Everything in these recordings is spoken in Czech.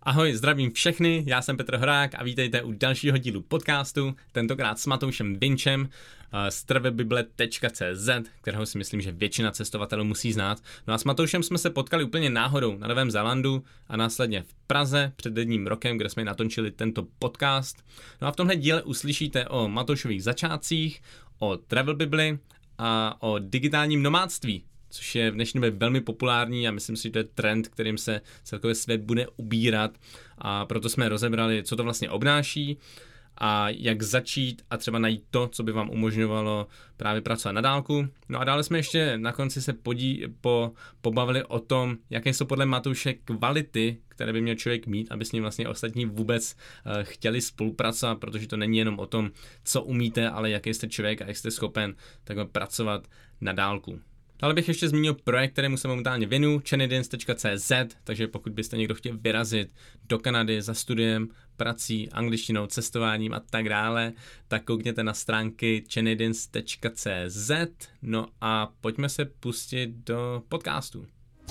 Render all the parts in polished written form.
Ahoj, zdravím všechny, já jsem Petr Horák a vítejte u dalšího dílu podcastu, tentokrát s Matoušem Vinčem z travelbible.cz, kterého si myslím, že většina cestovatelů musí znát. No a s Matoušem jsme se potkali úplně náhodou na Novém Zélandu a následně v Praze před jedním rokem, kde jsme natočili tento podcast. No a v tomhle díle uslyšíte o Matoušových začátcích, o Travel Bibli a o digitálním nomádství, což je v dnešní době velmi populární a myslím si, že to je trend, kterým se celkově svět bude ubírat, a proto jsme rozebrali, co to vlastně obnáší a jak začít a třeba najít to, co by vám umožňovalo právě pracovat na dálku. No a dále jsme ještě na konci se pobavili o tom, jaké jsou podle Matouše kvality, které by měl člověk mít, aby s ním vlastně ostatní vůbec chtěli spolupracovat, protože to není jenom o tom, co umíte, ale jaký jste člověk a jak jste schopen takhle pracovat na dálku. Dále bych ještě zmínil projekt, kterému se momentálně věnuju, canadians.cz, takže pokud byste někdo chtěl vyrazit do Kanady za studiem, prací, angličtinou, cestováním a tak dále, tak koukněte na stránky canadians.cz. No a pojďme se pustit do podcastu.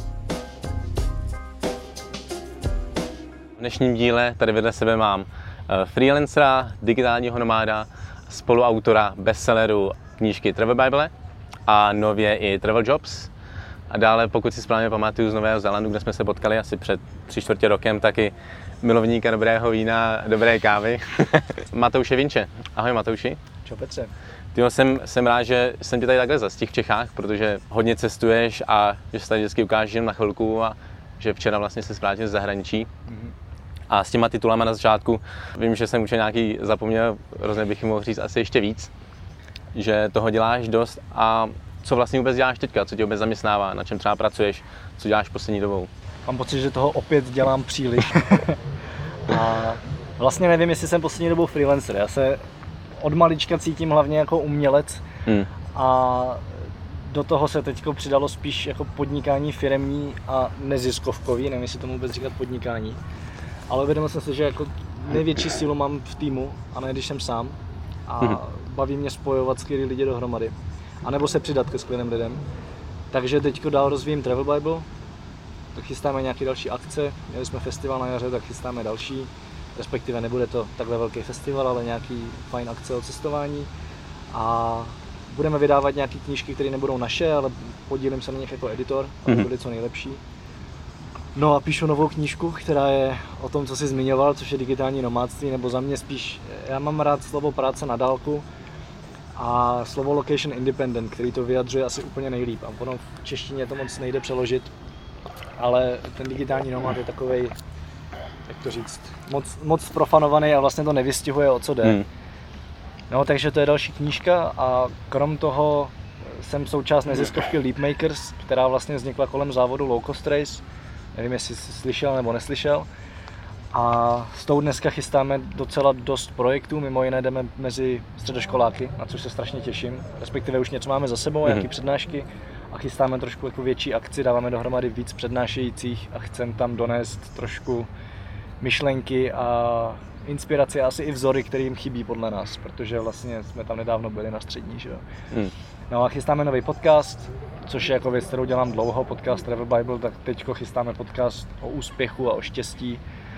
V dnešním díle tady vedle sebe mám freelancera, digitálního nomáda, spoluautora bestselleru knížky Travel Bible a nově i Travel Jobs. A dále, pokud si správně pamatuju, z Nového Zélandu, kde jsme se potkali asi před 3/4 rokem, taky milovníka dobrého vína, dobré kávy, Matouše Vinče. Ahoj Matouši. Čau Petře. Tyjo, jsem rád, že jsem tě tady takhle zastihl v Čechách, protože hodně cestuješ a že se tady vždycky ukážeš jen na chvilku a že včera vlastně se vrátil z zahraničí. A s těma titulama na začátku, vím, že jsem už nějaký zapomněl, hrozně bych mohl říct asi ještě víc, že toho děláš dost. A co vlastně vůbec děláš teďka, co tě vůbec zaměstnává, na čem třeba pracuješ, co děláš poslední dobou? Mám pocit, že toho opět dělám příliš. A vlastně nevím, jestli jsem poslední dobou freelancer. Já se od malička cítím hlavně jako umělec a do toho se teď přidalo spíš jako podnikání firemní a neziskovkový, nevím, jestli tomu vůbec říkat podnikání. Ale uvědomil jsem si, že jako největší sílu mám v týmu a ne když jsem sám. A baví mě spojovat skvělý lidi dohromady. A nebo se přidat ke skvělým lidem. Takže teďko dál rozvíjím Travel Bible. Tak chystáme nějaké další akce. Měli jsme festival na jaře, tak chystáme další. Respektive nebude to takhle velký festival, ale nějaký fajn akce o cestování. A budeme vydávat nějaké knížky, které nebudou naše, ale podílím se na nich jako editor, aby byly co nejlepší. No a píšu novou knížku, která je o tom, co jsi zmiňoval, což je digitální nomádství, nebo za mě spíš, já mám rád slovo práce na dálku a slovo location independent, který to vyjadřuje asi úplně nejlíp. A ono v češtině to moc nejde přeložit, ale ten digitální nomád je takovej, jak to říct, moc profanovaný a vlastně to nevystihuje, o co jde. No, takže to je další knížka a krom toho jsem součást neziskovky Leapmakers, která vlastně vznikla kolem závodu Low Cost Race. Nevím, jestli jsi slyšel nebo neslyšel. A s tou dneska chystáme docela dost projektů, mimo jiné jdeme mezi středoškoláky, na což se strašně těším. Respektive už něco máme za sebou, nějaké přednášky a chystáme trošku jako větší akci, dáváme dohromady víc přednášejících a chceme tam donést trošku myšlenky a inspiraci a asi i vzory, které jim chybí podle nás, protože vlastně jsme tam nedávno byli na střední, že jo. No a chystáme nový podcast, což je jako věc, kterou dělám dlouho, podcast Travel Bible, tak teďko chystáme podcast o úspěchu a o štěstí.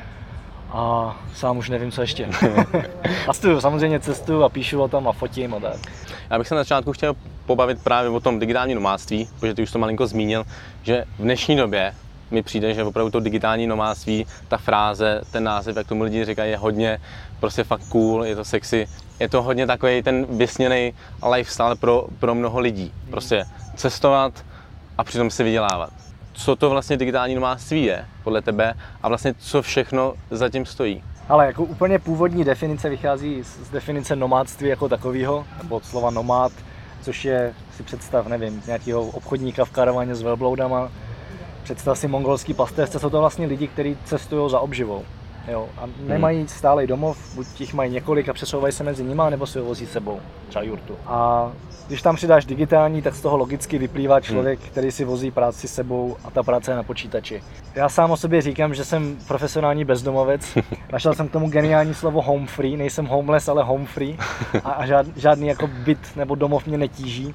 A sám už nevím, co ještě. Samozřejmě cestuju a píšu o tom a fotím a tak. Já bych se na začátku chtěl pobavit právě o tom digitálním nomádství, protože ty už to malinko zmínil, že v dnešní době mi přijde, že opravdu to digitální nomádství, ta fráze, ten název, jak tomu lidi říkají, je hodně prostě fakt cool, je to sexy. Je to hodně takový ten vysněný lifestyle pro mnoho lidí. Prostě cestovat a přitom si vydělávat. Co to vlastně digitální nomádství je podle tebe a vlastně co všechno zatím stojí? Ale jako úplně původní definice vychází z definice nomádství jako takového, nebo od slova nomád, což je, si představ, nevím, nějakého obchodníka v karavaně s velbloudama. Představ si mongolský pastevce, jsou to vlastně lidi, kteří cestují za obživou. Jo, a nemají stálej domov, buď jich mají několik a přesouvají se mezi nimi, nebo si ho vozí sebou, třeba jurtu. A když tam přidáš digitální, tak z toho logicky vyplývá člověk, který si vozí práci sebou a ta práce je na počítači. Já sám o sobě říkám, že jsem profesionální bezdomovec. Našel jsem k tomu geniální slovo home free, nejsem homeless, ale home free. A žádný jako byt nebo domov mě netíží.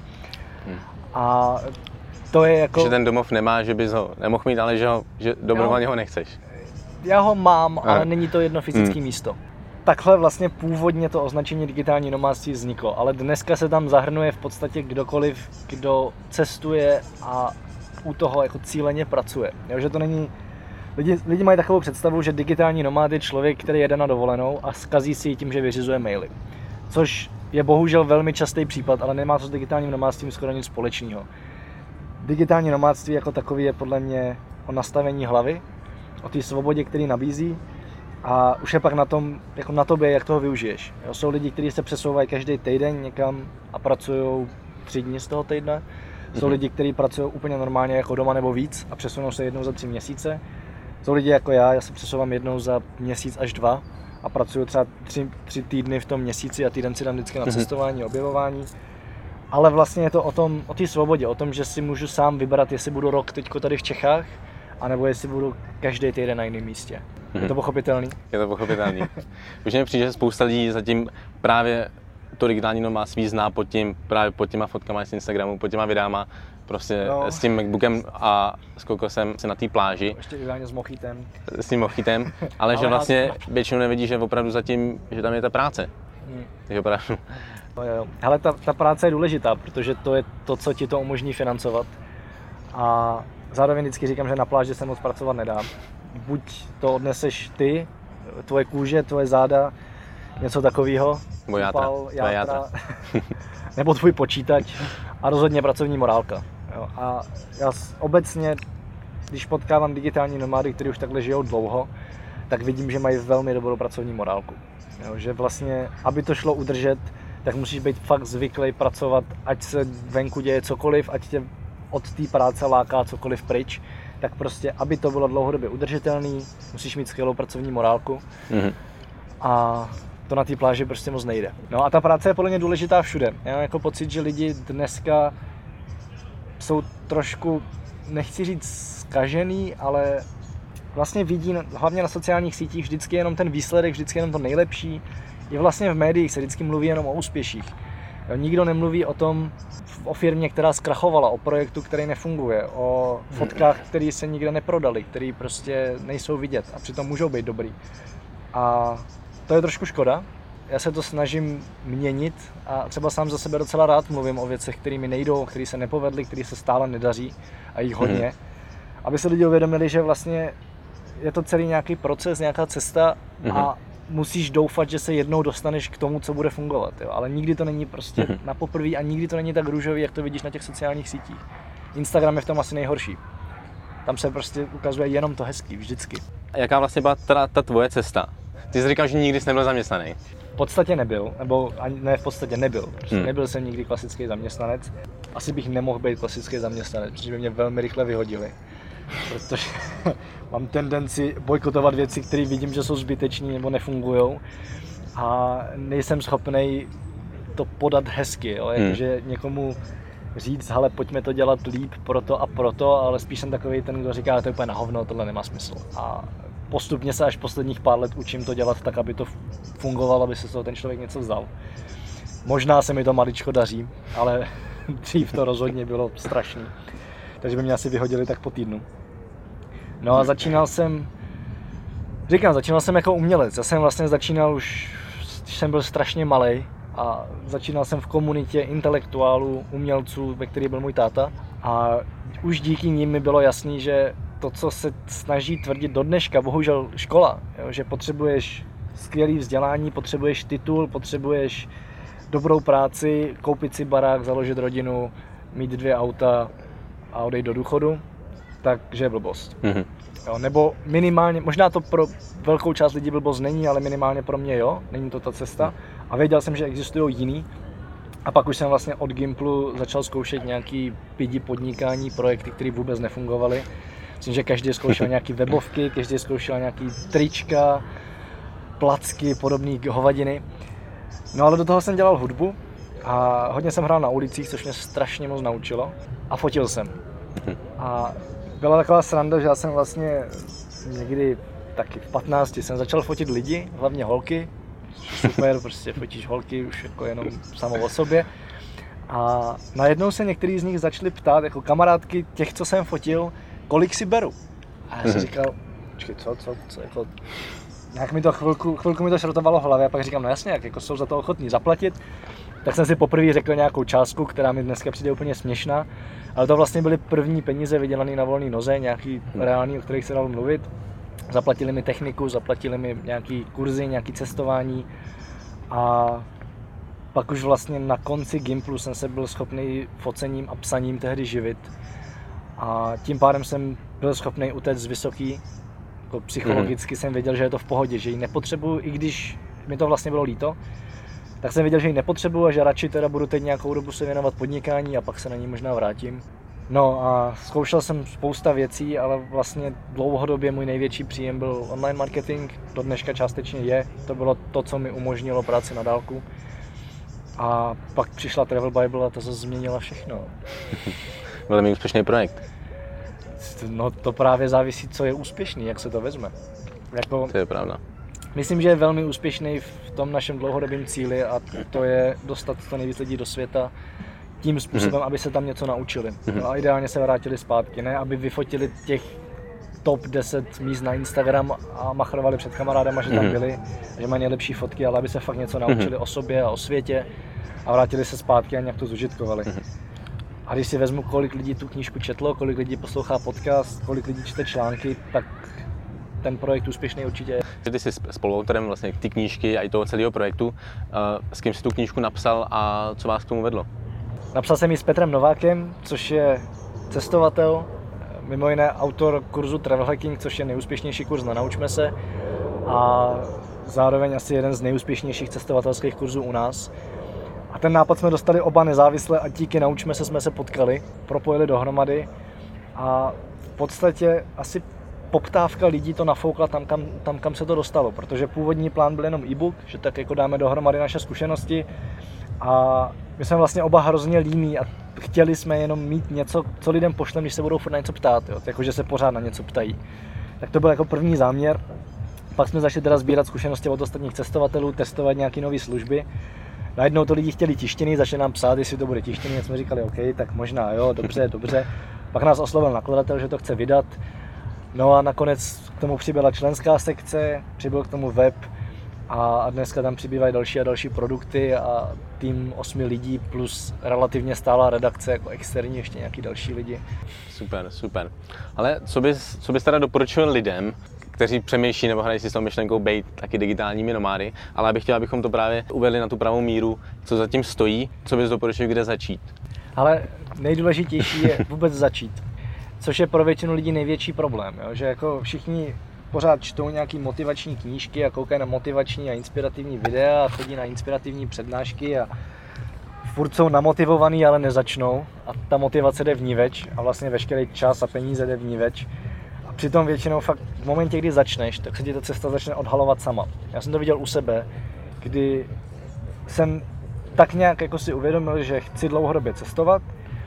A to je jako... Že ten domov nemá, že bys ho nemohl mít, ale že dobrovolně ho nechceš. já ho mám, ale není to jedno fyzické místo. Takhle vlastně původně to označení digitální nomádství vzniklo, ale dneska se tam zahrnuje v podstatě kdokoliv, kdo cestuje a u toho jako cíleně pracuje. Jo, že to není... Lidi mají takovou představu, že digitální nomád je člověk, který jede na dovolenou a zkazí si ji tím, že vyřizuje maily. Což je bohužel velmi častý případ, ale nemá to s digitálním nomádstvím skoro nic společného. Digitální nomádství jako takový je podle mě o nastavení hlavy, o té svobodě, který nabízí, a už je pak na tom, jako na tobě, jak toho využiješ. Jo, jsou lidi, kteří se přesouvají každý týden někam a pracují 3 dny z toho týdne. Jsou lidi, kteří pracují úplně normálně jako doma nebo víc a přesunou se jednou za 3 měsíce. Jsou lidi jako já se přesouvám jednou za měsíc až 2 a pracuju třeba 3 týdny v tom měsíci a týden si dám vždycky na cestování, objevování. Ale vlastně je to o té svobodě, o tom, že si můžu sám vybrat, jestli budu rok teďko tady v Čechách, anebo jestli budu každý týden na jiném místě. Je to pochopitelný? Je to pochopitelný. Už mi přijde, že spousta lidí zatím právě to digitální nomádství zná pod těma fotkama z Instagramu, pod těma videama, prostě s tím MacBookem a s kokosem se na té pláži. Ještě ideálně s mochitem. S tím mochitem, ale že vlastně většinou nevidí, že opravdu zatím, že tam je ta práce. Takže opravdu. Jo. Hele, ta práce je důležitá, protože to je to, co ti to umožní financovat. A zároveň vždycky říkám, že na pláži se moc pracovat nedá. Buď to odneseš ty, tvoje kůže, tvoje záda, něco takového. Nebo játra. Nebo tvůj počítač a rozhodně pracovní morálka. Jo. A já obecně, když potkávám digitální nomády, kteří už takhle žijou dlouho, tak vidím, že mají velmi dobrou pracovní morálku. Jo. Že vlastně, aby to šlo udržet, tak musíš být fakt zvyklý pracovat, ať se venku děje cokoliv, ať tě od té práce láká cokoliv pryč, tak prostě, aby to bylo dlouhodobě udržitelný, musíš mít skvělou pracovní morálku. A to na té pláži prostě moc nejde. No a ta práce je podle mě důležitá všude. Já mám jako pocit, že lidi dneska jsou trošku, nechci říct zkažený, ale vlastně vidí, hlavně na sociálních sítích, vždycky jenom ten výsledek, vždycky jenom to nejlepší. I vlastně v médiích se vždycky mluví jenom o úspěších. Jo, nikdo nemluví o firmě, která zkrachovala, o projektu, který nefunguje, o fotkách, které se nikde neprodaly, které prostě nejsou vidět a přitom můžou být dobrý. A to je trošku škoda. Já se to snažím měnit a třeba sám za sebe docela rád mluvím o věcech, které mi nejdou, které se nepovedly, které se stále nedaří a jich hodně. Aby se lidi uvědomili, že vlastně je to celý nějaký proces, nějaká cesta a musíš doufat, že se jednou dostaneš k tomu, co bude fungovat. Jo? Ale nikdy to není prostě na poprvé a nikdy to není tak růžový, jak to vidíš na těch sociálních sítích. Instagram je v tom asi nejhorší. Tam se prostě ukazuje jenom to hezký, vždycky. A jaká vlastně byla ta tvoje cesta? Ty jsi říkal, že nikdy jsi nebyl zaměstnaný. V podstatě nebyl, nebo ne, v podstatě nebyl. Prostě nebyl jsem nikdy klasický zaměstnanec. Asi bych nemohl být klasický zaměstnanec, protože by mě velmi rychle vyhodili. Protože mám tendenci bojkotovat věci, které vidím, že jsou zbytečné nebo nefungujou. A nejsem schopný to podat hezky, jo? Jakože někomu říct, hele, pojďme to dělat líp proto, ale spíš jsem takový ten, kdo říká, to je úplně na hovno, tohle nemá smysl. A postupně se až posledních pár let učím to dělat tak, aby to fungovalo, aby se z toho ten člověk něco vzal. Možná se mi to maličko daří, ale dřív to rozhodně bylo strašný. Takže by mě asi vyhodili tak po týdnu. No a začínal jsem jako umělec. Já jsem vlastně začínal už, když jsem byl strašně malej a začínal jsem v komunitě intelektuálů, umělců, ve který byl můj táta. A už díky nim mi bylo jasný, že to, co se snaží tvrdit do dneška, bohužel škola, jo, že potřebuješ skvělý vzdělání, potřebuješ titul, potřebuješ dobrou práci, koupit si barák, založit rodinu, mít 2 auta a odejít do důchodu, takže je blbost. Jo, nebo minimálně, možná to pro velkou část lidí blbost není, ale minimálně pro mě jo, není to ta cesta. A věděl jsem, že existují jiný. A pak už jsem vlastně od Gimplu začal zkoušet nějaký pidi podnikání, projekty, které vůbec nefungovaly. Myslím, že každý zkoušel nějaký webovky, každý zkoušel nějaký trička, placky, podobné hovadiny. No ale do toho jsem dělal hudbu a hodně jsem hrál na ulicích, což mě strašně moc naučilo. A fotil jsem. A byla taková sranda, že já jsem vlastně někdy taky v 15 jsem začal fotit lidi, hlavně holky. Super, prostě fotíš holky už jako jenom samo o sobě. A najednou se některý z nich začali ptát, jako kamarádky těch, co jsem fotil, kolik si beru. A já jsem říkal, počkej, co, jako... Nějak mi to chvilku mi to šrotovalo v hlavě a pak říkám, no jasně, jak jako jsou za to ochotní zaplatit. Tak jsem si poprvé řekl nějakou částku, která mi dneska přijde úplně směšná. Ale to vlastně byly první peníze vydělané na volné noze, nějaký reální, o kterých se dalo mluvit. Zaplatili mi techniku, zaplatili mi nějaký kurzy, nějaké cestování. A pak už vlastně na konci Gimplu jsem se byl schopný focením a psaním tehdy živit. A tím pádem jsem byl schopný utéct z vysoký. Jako psychologicky jsem věděl, že je to v pohodě, že ji nepotřebuju, i když mi to vlastně bylo líto. Tak jsem věděl, že ji nepotřebuju a že radši teda budu teď nějakou dobu se věnovat podnikání a pak se na ní možná vrátím. No a zkoušel jsem spousta věcí, ale vlastně dlouhodobě můj největší příjem byl online marketing. Do dneška částečně je. To bylo to, co mi umožnilo práci na dálku. A pak přišla Travel Bible a to se změnilo všechno. Velmi úspěšný projekt. No to právě závisí, co je úspěšný, jak se to vezme. Jako, to je pravda. Myslím, že je velmi úspěšný v tom našem dlouhodobém cíli a to je dostat to nejvíc lidí do světa tím způsobem, aby se tam něco naučili. No a ideálně se vrátili zpátky, ne aby vyfotili těch top 10 míst na Instagram a machrovali před kamarádama, že tam byli, že mají nejlepší fotky, ale aby se fakt něco naučili o sobě a o světě a vrátili se zpátky a nějak to zužitkovali. A když si vezmu, kolik lidí tu knížku četlo, kolik lidí poslouchá podcast, kolik lidí čte články, tak ten projekt úspěšný určitě je. Ty jsi spoluautorem vlastně ty knížky a i toho celého projektu. S kým jsi tu knížku napsal a co vás k tomu vedlo? Napsal jsem ji s Petrem Novákem, což je cestovatel, mimo jiné autor kurzu Travel Hacking, což je nejúspěšnější kurz na Naučme se a zároveň asi jeden z nejúspěšnějších cestovatelských kurzů u nás. A ten nápad jsme dostali oba nezávisle a díky Naučme se jsme se potkali, propojili dohromady a v podstatě asi poptávka lidí to nafoukla tam, kam se to dostalo, protože původní plán byl jenom e-book, že tak jako dáme dohromady naše zkušenosti a my jsme vlastně oba hrozně líní a chtěli jsme jenom mít něco, co lidem pošlem, když se budou furt na něco ptát, jo? Jako že se pořád na něco ptají. Tak to byl jako první záměr, pak jsme začali teda sbírat zkušenosti od ostatních cestovatelů, testovat nějaké nové služby. Najednou to lidi chtěli tištěný, začali nám psát, jestli to bude tištěný, jak jsme říkali, OK, tak možná, jo, dobře. Pak nás oslovil nakladatel, že to chce vydat. No a nakonec k tomu přibyla členská sekce, přibyl k tomu web a dneska tam přibývají další a další produkty a tým 8 lidí plus relativně stálá redakce, jako externí ještě nějaký další lidi. Super. Ale co bys teda doporučil lidem, kteří přemýšlí nebo hrají si s tou myšlenkou být taky digitálními nomády, ale abych chtěl, abychom to právě uvedli na tu pravou míru, co za tím stojí, co bys doporučil, kde začít? Ale nejdůležitější je vůbec začít, což je pro většinu lidí největší problém, jo? Že jako všichni pořád čtou nějaký motivační knížky a koukají na motivační a inspirativní videa a chodí na inspirativní přednášky a furt jsou namotivovaný, ale nezačnou a ta motivace jde vníveč a vlastně veškerý čas a peníze jde vníveč. A přitom většinou fakt v momentě, kdy začneš, tak se ti ta cesta začne odhalovat sama. Já jsem to viděl u sebe, kdy jsem tak nějak jako si uvědomil, že chci dlouhodobě cestovat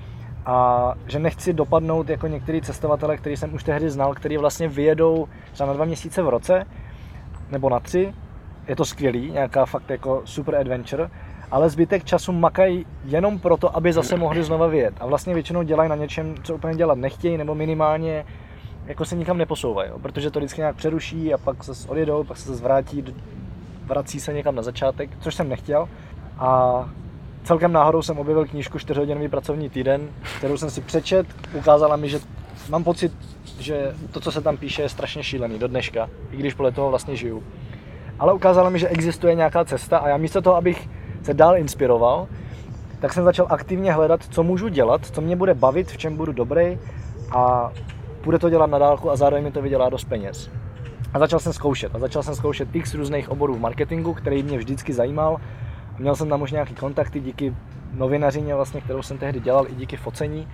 a že nechci dopadnout jako některý cestovatele, který jsem už tehdy znal, který vlastně vyjedou třeba na 2 měsíce v roce nebo na 3. Je to skvělý, nějaká fakt jako super adventure, ale zbytek času makají jenom proto, aby zase mohli znova vyjet. A vlastně většinou dělají na něčem, co úplně dělat nechtějí, nebo minimálně jako se nikam neposouvají, protože to vždycky nějak přeruší a pak se odjedou, pak se vrátí, vrací se někam na začátek, což jsem nechtěl. A celkem náhodou jsem objevil knížku 4hodinový pracovní týden, kterou jsem si přečet, ukázala mi, že mám pocit, že to, co se tam píše, je strašně šílený do dneška, i když podle toho vlastně žiju. Ale ukázala mi, že existuje nějaká cesta a já místo toho, abych se dál inspiroval, tak jsem začal aktivně hledat, co můžu dělat, co mě bude bavit, v čem budu dobrý a bude to dělat na dálku a zároveň mi to vydělá dost peněz. A začal jsem zkoušet x různých oborů v marketingu, který mě vždycky zajímal. Měl jsem tam už nějaký kontakty díky novinařině, vlastně, kterou jsem tehdy dělal, i díky focení.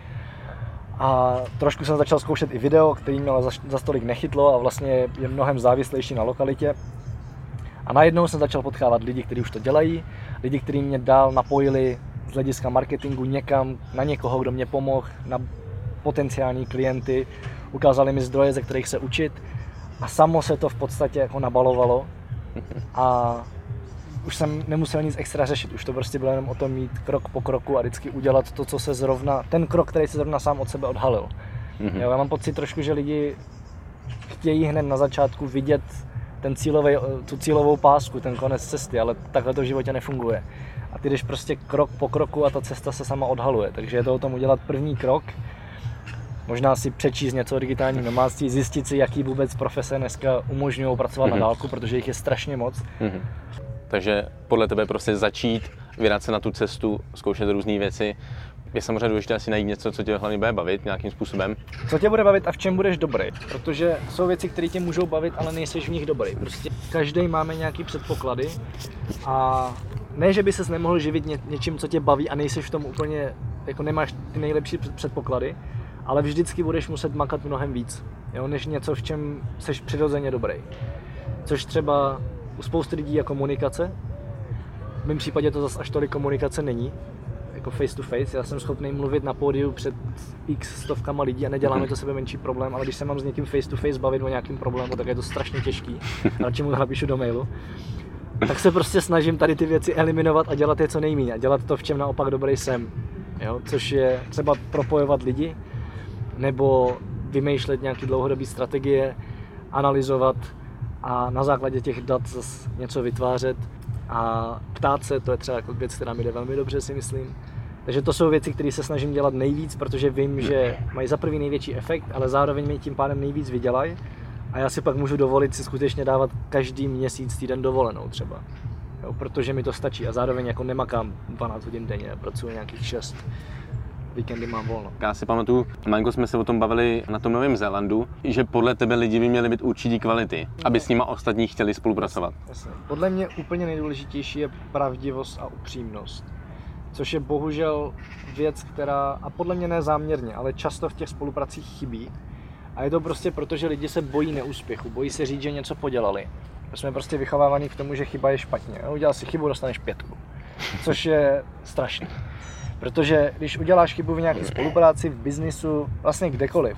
A trošku jsem začal zkoušet i video, který mě za stolik nechytlo a vlastně je mnohem závislejší na lokalitě. A najednou jsem začal potkávat lidi, kteří už to dělají, lidi, kteří mě dál napojili z hlediska marketingu někam, na někoho, kdo mě pomohl, na potenciální klienty, ukázali mi zdroje, ze kterých se učit a samo se to v podstatě jako nabalovalo a už jsem nemusel nic extra řešit, už to prostě bylo jenom o tom mít krok po kroku a vždycky udělat to, co se zrovna, ten krok, který se zrovna sám od sebe odhalil. Jo, já mám pocit trošku, že lidi chtějí hned na začátku vidět tu cílovou pásku, ten konec cesty, ale takhle to v životě nefunguje. A ty jdeš prostě krok po kroku a ta cesta se sama odhaluje, takže je to o tom udělat první krok, možná si přečíst něco o digitálním nomádství, zjistit si, jaký vůbec profese dneska umožňují pracovat na dálku, protože jich je strašně moc. Takže podle tebe prostě začít, vydat se na tu cestu, zkoušet různé věci. Je samozřejmě důležité asi najít něco, co tě hlavně bude bavit nějakým způsobem. Co tě bude bavit a v čem budeš dobrý, protože jsou věci, které tě můžou bavit, ale nejseš v nich dobrý. Prostě každý máme nějaký předpoklady a ne, že by ses nemohl živit něčím, co tě baví a nejseš v tom úplně, jako nemáš ty nejlepší předpoklady, ale vždycky budeš muset makat mnohem víc, jo, než něco, v čem seš přirozeně dobrý. Což třeba u spousty lidí je komunikace. V mém případě to zase až tolik komunikace není, jako face to face. Já jsem schopný mluvit na pódiu před x stovkama lidí a neděláme to sebe menší problém, ale když se mám s někým face to face bavit o nějakým problému, tak je to strašně těžký. Radši mu to napíšu do mailu. Tak se prostě snažím tady ty věci eliminovat a dělat je co nejméně. A dělat to, v čem naopak dobrý jsem. Jo? Což je třeba propojovat lidi, nebo vymýšlet nějaké dlouhodobé strategie, analyzovat a na základě těch dat zase něco vytvářet a ptát se, to je třeba jako věc, která mi jde velmi dobře, si myslím. Takže to jsou věci, které se snažím dělat nejvíc, protože vím, že mají za prvý největší efekt, ale zároveň mi tím pádem nejvíc vydělají a já si pak můžu dovolit si skutečně dávat každý měsíc týden dovolenou třeba. Jo, protože mi to stačí a zároveň jako nemakám 12 hodin denně, pracuji nějakých 6. Víkendy mám volno. Já si pamatuju, malinko jsme se o tom bavili na tom Novém Zélandu, že podle tebe lidi by měli být určitý kvality, aby s nima ostatní chtěli spolupracovat. Jasně. Podle mě úplně nejdůležitější je pravdivost a upřímnost. Což je bohužel věc, která, a podle mě ne záměrně, ale často v těch spolupracích chybí. A je to prostě proto, že lidi se bojí neúspěchu, bojí se říct, že něco podělali. Jsme prostě vychovávaní k tomu, že chyba je špatně. Udělal si chybu, dostaneš 5. Což je strašný. Protože když uděláš chybu v nějaké spolupráci, v biznisu, vlastně kdekoliv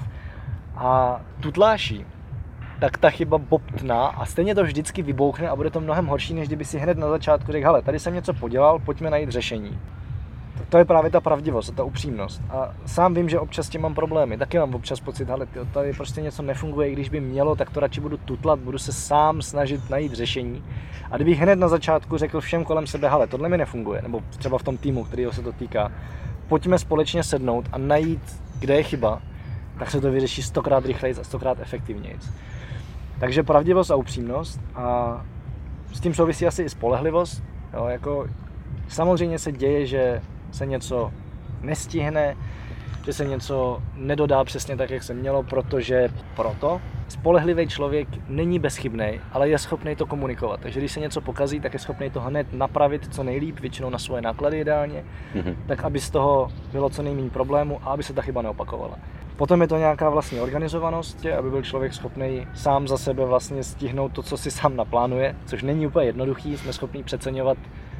a tutláš, tak ta chyba bobtná a stejně to vždycky vybouchne a bude to mnohem horší, než kdyby si hned na začátku řekl, hele, tady jsem něco podělal, pojďme najít řešení. To je právě ta pravdivost a ta upřímnost. A sám vím, že občas s tím mám problémy. Taky mám občas pocit, hele, tady prostě něco nefunguje, i když by mělo, tak to radši budu tutlat, budu se sám snažit najít řešení. A kdybych hned na začátku řekl všem kolem sebe, hele, tohle mi nefunguje, nebo třeba v tom týmu, kterého se to týká, pojďme společně sednout a najít, kde je chyba, tak se to vyřeší 100krát rychleji a 100krát efektivněji. Takže pravdivost a upřímnost a s tím souvisí asi i spolehlivost. Jo, jako samozřejmě se děje, že se něco nestihne, že se něco nedodá přesně tak, jak se mělo, protože proto spolehlivý člověk není bezchybný, ale je schopný to komunikovat. Takže když se něco pokazí, tak je schopný to hned napravit co nejlíp, většinou na svoje náklady ideálně, tak aby z toho bylo co nejméně problémů a aby se ta chyba neopakovala. Potom je to nějaká vlastní organizovanost, aby byl člověk schopný sám za sebe vlastně stihnout to, co si sám naplánuje, což není úplně jednoduchý, jsme schopní přeceňovat,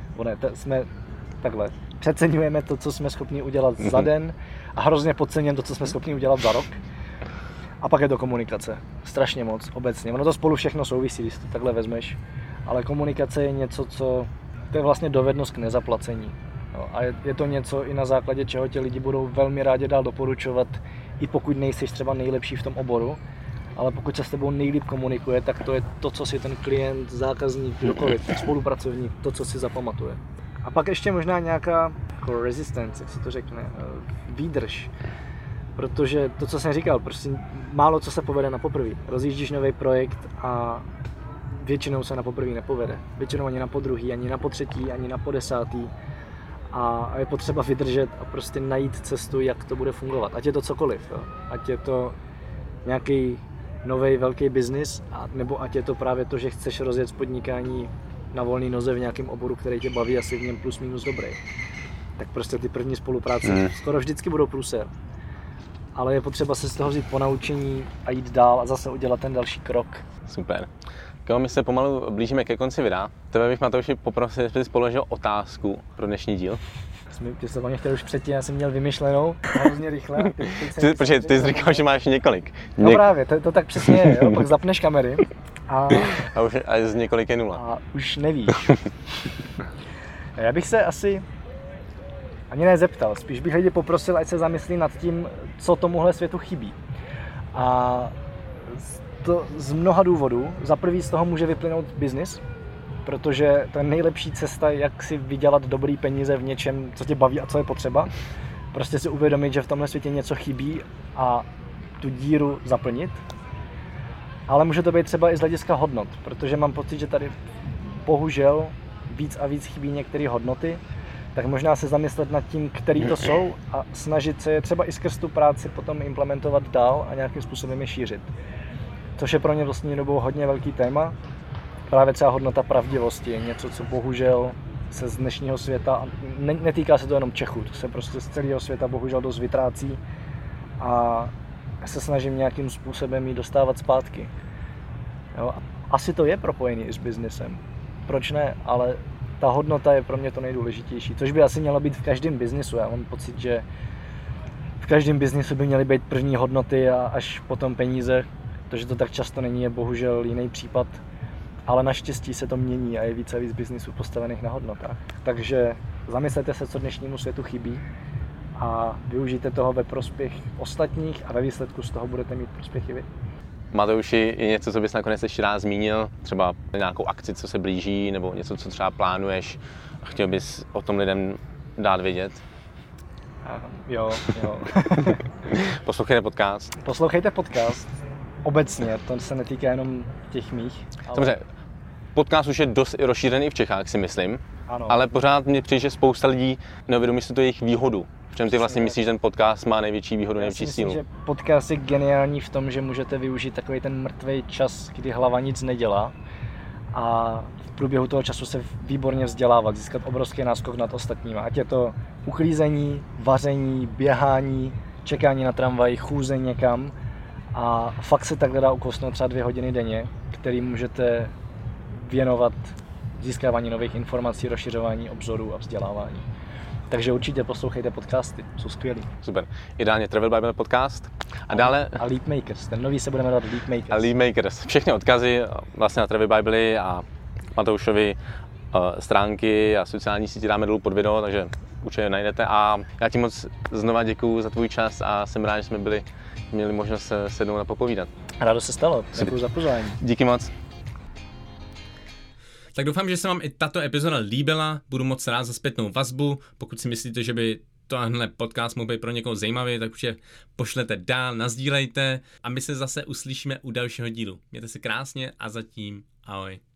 přeceňujeme to, co jsme schopni udělat za den a hrozně podceňujeme to, co jsme schopni udělat za rok. A pak je to komunikace. Strašně moc, obecně. Ono to spolu všechno souvisí, když to takhle vezmeš. Ale komunikace je něco, to je vlastně dovednost k nezaplacení. No, a je to něco i na základě čeho tě lidi budou velmi rádi dál doporučovat, i pokud nejseš třeba nejlepší v tom oboru. Ale pokud se s tebou nejlíp komunikuje, tak to je to, co si ten klient, zákazník, kdokoliv, spolupracovník, to, co si zapamatuje. A pak ještě možná nějaká jako resistance, jak se to řekne, výdrž. Protože to, co jsem říkal, prostě málo co se povede na poprvé. Rozjíždíš nový projekt a většinou se na poprvé nepovede. Většinou ani na podruhý, ani na potřetí, ani na podesátý. A je potřeba vydržet a prostě najít cestu, jak to bude fungovat. Ať je to cokoliv, jo. Ať je to nějaký nový velký biznis, nebo ať je to právě to, že chceš rozjet podnikání na volné noze v nějakém oboru, který tě baví, asi v něm plus minus dobrý. Tak prostě ty první spolupráce skoro vždycky budou průser. Ale je potřeba se z toho vzít ponaučení a jít dál a zase udělat ten další krok. Super. My se pomalu blížíme ke konci videa. Tebe bych, Matouši, poprosil, jestli jsi položil otázku pro dnešní díl. Ty jsi to mě chtěl už předtím, já jsem měl vymyšlenou, hrozně rychle. Počkej, ty jsi říkal, že máš několik. No právě, to tak přesně je, jo? Pak zapneš kamery a z několik je 0. A už nevíš. Já bych se asi ani nezeptal, spíš bych lidi poprosil, ať se zamyslí nad tím, co tomuhle světu chybí. A to z mnoha důvodů. Za prvý z toho může vyplynout biznis, protože to je nejlepší cesta, jak si vydělat dobrý peníze v něčem, co tě baví a co je potřeba. Prostě si uvědomit, že v tomhle světě něco chybí a tu díru zaplnit. Ale může to být třeba i z hlediska hodnot, protože mám pocit, že tady bohužel víc a víc chybí některé hodnoty, tak možná se zamyslet nad tím, který to jsou a snažit se je třeba i skrz tu práci potom implementovat dál a nějakým způsobem je šířit. Což je pro mě vlastně dobou hodně velký téma. Právě třeba hodnota pravdivosti je něco, co bohužel se z dnešního světa, a netýká se to jenom Čechů, to se prostě z celého světa bohužel dost vytrácí a já se snažím nějakým způsobem ji dostávat zpátky. Jo? Asi to je propojený i s biznesem. Proč ne? Ale ta hodnota je pro mě to nejdůležitější, což by asi mělo být v každém biznisu. Já mám pocit, že v každém biznisu by měly být první hodnoty a až potom peníze. To, že to tak často není, je bohužel jiný případ. Ale naštěstí se to mění a je víc a víc biznisů postavených na hodnotách. Takže zamyslete se, co dnešnímu světu chybí a využijte toho ve prospěch ostatních a ve výsledku z toho budete mít prospěch i vy. Matouši, je něco, co bys nakonec ještě rád zmínil? Třeba nějakou akci, co se blíží, nebo něco, co třeba plánuješ a chtěl bys o tom lidem dát vědět? Jo. Poslouchejte podcast. Obecně, to se netýká jenom těch mých. Ale... Samozřejmě, podcast už je dost rozšířený v Čechách, si myslím, ano. Ale pořád mi přijde, že spousta lidí neuvědomí si to jejich výhodu. V čem ty vlastně myslíš, že ten podcast má největší výhodu, největší sílu? Myslím, že podcast je geniální v tom, že můžete využít takový ten mrtvý čas, kdy hlava nic nedělá a v průběhu toho času se výborně vzdělávat, získat obrovský náskok nad ostatními. Ať je to uklízení, vaření, běhání, čekání na tramvaj, chůze někam. A fakt se takhle dá ukousnout třeba 2 hodiny denně, který můžete věnovat získávání nových informací, rozšiřování obzorů a vzdělávání. Takže určitě poslouchejte podcasty, jsou skvělý. Super. Ideálně Travel Bible podcast. A dále... A Leap Makers, ten nový se budeme dát Leap Makers. A Leap Makers. Všechny odkazy vlastně na Travel Bible a Matoušovi stránky a sociální sítě dáme dolů pod video, takže určitě najdete. A já ti moc znova děkuju za tvůj čas a jsem rád, že jsme měli možnost se sednout a popovídat. Rádo se stalo, děkuju za pozvání. Díky moc. Tak doufám, že se vám i tato epizoda líbila, budu moc rád za zpětnou vazbu, pokud si myslíte, že by tohle podcast mohl být pro někoho zajímavý, tak určitě pošlete dál, nasdílejte a my se zase uslyšíme u dalšího dílu. Mějte se krásně a zatím ahoj.